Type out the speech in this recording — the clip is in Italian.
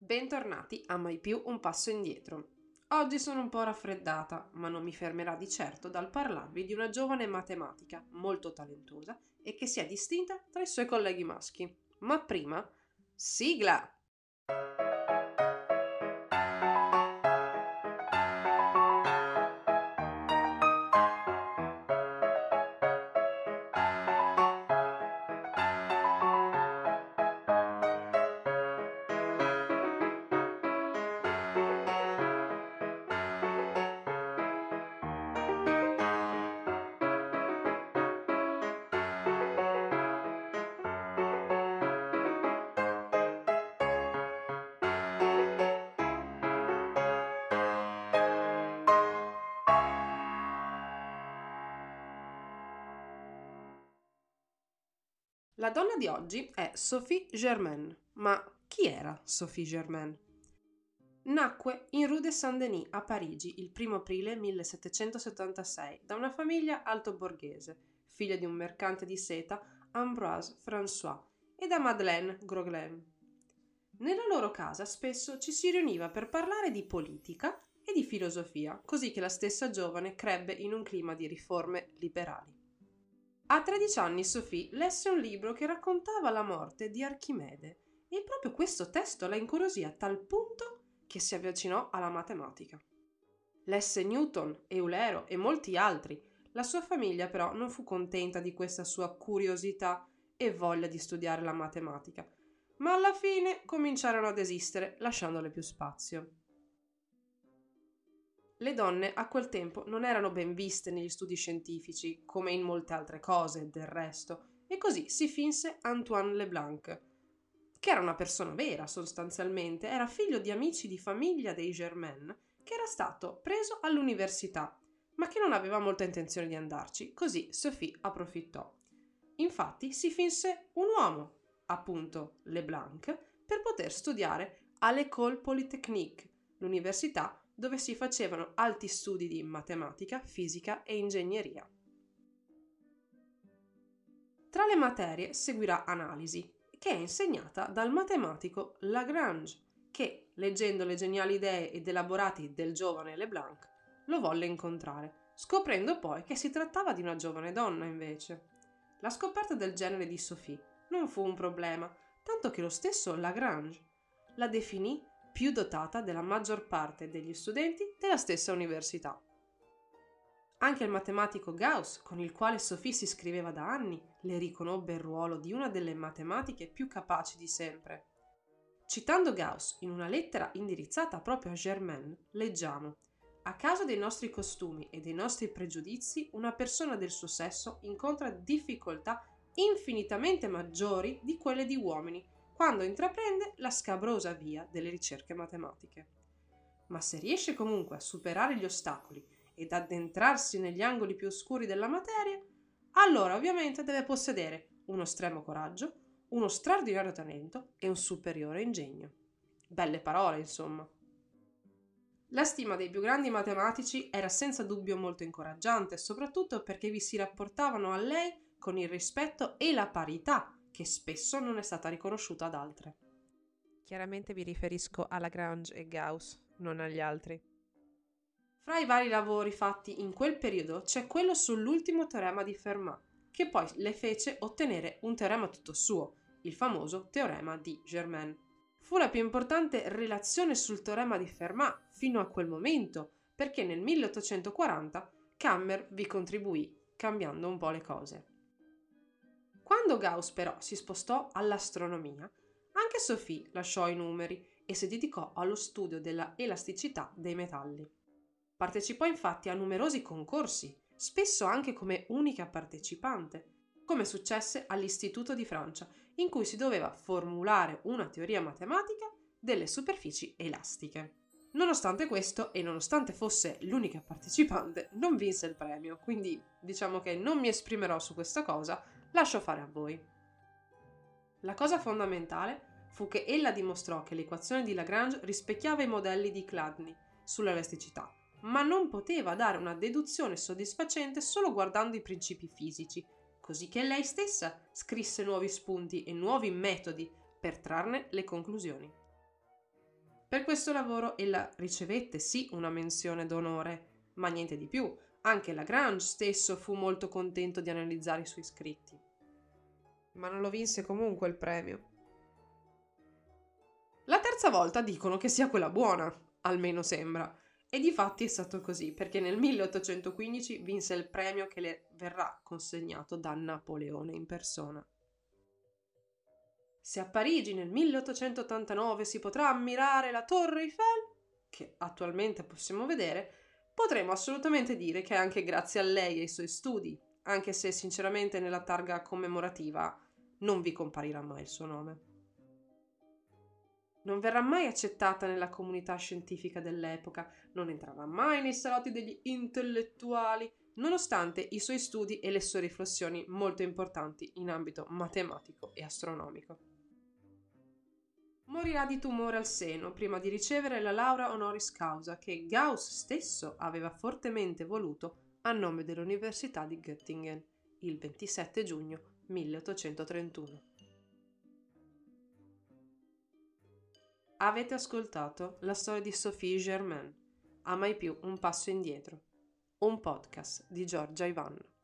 Bentornati a Mai più un passo indietro. Oggi sono un po' raffreddata, ma non mi fermerà di certo dal parlarvi di una giovane matematica molto talentuosa e che si è distinta tra i suoi colleghi maschi. Ma prima, sigla! La donna di oggi è Sophie Germain. Ma chi era Sophie Germain? Nacque in Rue de Saint-Denis a Parigi il 1 aprile 1776 da una famiglia altoborghese, figlia di un mercante di seta, Ambroise François, e da Madeleine Groglen. Nella loro casa spesso ci si riuniva per parlare di politica e di filosofia, così che la stessa giovane crebbe in un clima di riforme liberali. A 13 anni Sophie lesse un libro che raccontava la morte di Archimede e proprio questo testo la incuriosì a tal punto che si avvicinò alla matematica. Lesse Newton, Eulero e molti altri. La sua famiglia però non fu contenta di questa sua curiosità e voglia di studiare la matematica, ma alla fine cominciarono a desistere lasciandole più spazio. Le donne a quel tempo non erano ben viste negli studi scientifici, come in molte altre cose, del resto, e così si finse Antoine Leblanc, che era una persona vera sostanzialmente, era figlio di amici di famiglia dei Germain, che era stato preso all'università, ma che non aveva molta intenzione di andarci, così Sophie approfittò. Infatti si finse un uomo, appunto Leblanc, per poter studiare all'École Polytechnique, l'università dove si facevano alti studi di matematica, fisica e ingegneria. Tra le materie seguirà analisi, che è insegnata dal matematico Lagrange, che, leggendo le geniali idee ed elaborati del giovane Leblanc, lo volle incontrare, scoprendo poi che si trattava di una giovane donna invece. La scoperta del genere di Sophie non fu un problema, tanto che lo stesso Lagrange la definì più dotata della maggior parte degli studenti della stessa università. Anche il matematico Gauss, con il quale Sophie si scriveva da anni, le riconobbe il ruolo di una delle matematiche più capaci di sempre. Citando Gauss in una lettera indirizzata proprio a Germain, leggiamo: a causa dei nostri costumi e dei nostri pregiudizi, una persona del suo sesso incontra difficoltà infinitamente maggiori di quelle di uomini quando intraprende la scabrosa via delle ricerche matematiche. Ma se riesce comunque a superare gli ostacoli ed addentrarsi negli angoli più oscuri della materia, allora ovviamente deve possedere uno estremo coraggio, uno straordinario talento e un superiore ingegno. Belle parole, insomma. La stima dei più grandi matematici era senza dubbio molto incoraggiante, soprattutto perché vi si rapportavano a lei con il rispetto e la parità che spesso non è stata riconosciuta ad altre. Chiaramente mi riferisco a Lagrange e Gauss, non agli altri. Fra i vari lavori fatti in quel periodo c'è quello sull'ultimo teorema di Fermat, che poi le fece ottenere un teorema tutto suo, il famoso teorema di Germain. Fu la più importante relazione sul teorema di Fermat fino a quel momento, perché nel 1840 Cammer vi contribuì, cambiando un po' le cose. Quando Gauss però si spostò all'astronomia, anche Sophie lasciò i numeri e si dedicò allo studio della elasticità dei metalli. Partecipò infatti a numerosi concorsi, spesso anche come unica partecipante, come successe all'Istituto di Francia, in cui si doveva formulare una teoria matematica delle superfici elastiche. Nonostante questo, e nonostante fosse l'unica partecipante, non vinse il premio, quindi diciamo che non mi esprimerò su questa cosa, lascio fare a voi. La cosa fondamentale fu che ella dimostrò che l'equazione di Lagrange rispecchiava i modelli di Chladni sull'elasticità, ma non poteva dare una deduzione soddisfacente solo guardando i principi fisici, così che lei stessa scrisse nuovi spunti e nuovi metodi per trarne le conclusioni. Per questo lavoro ella ricevette sì una menzione d'onore, ma niente di più. Anche Lagrange stesso fu molto contento di analizzare i suoi scritti. Ma non lo vinse comunque il premio. La terza volta dicono che sia quella buona, almeno sembra. E difatti è stato così, perché nel 1815 vinse il premio che le verrà consegnato da Napoleone in persona. Se a Parigi nel 1889 si potrà ammirare la Torre Eiffel, che attualmente possiamo vedere, potremo assolutamente dire che è anche grazie a lei e ai suoi studi, anche se sinceramente nella targa commemorativa non vi comparirà mai il suo nome. Non verrà mai accettata nella comunità scientifica dell'epoca, non entrerà mai nei salotti degli intellettuali, nonostante i suoi studi e le sue riflessioni molto importanti in ambito matematico e astronomico. Morirà di tumore al seno prima di ricevere la laurea honoris causa che Gauss stesso aveva fortemente voluto a nome dell'Università di Göttingen il 27 giugno 1831. Avete ascoltato la storia di Sophie Germain, A mai più un passo indietro, un podcast di Giorgia Ivanno.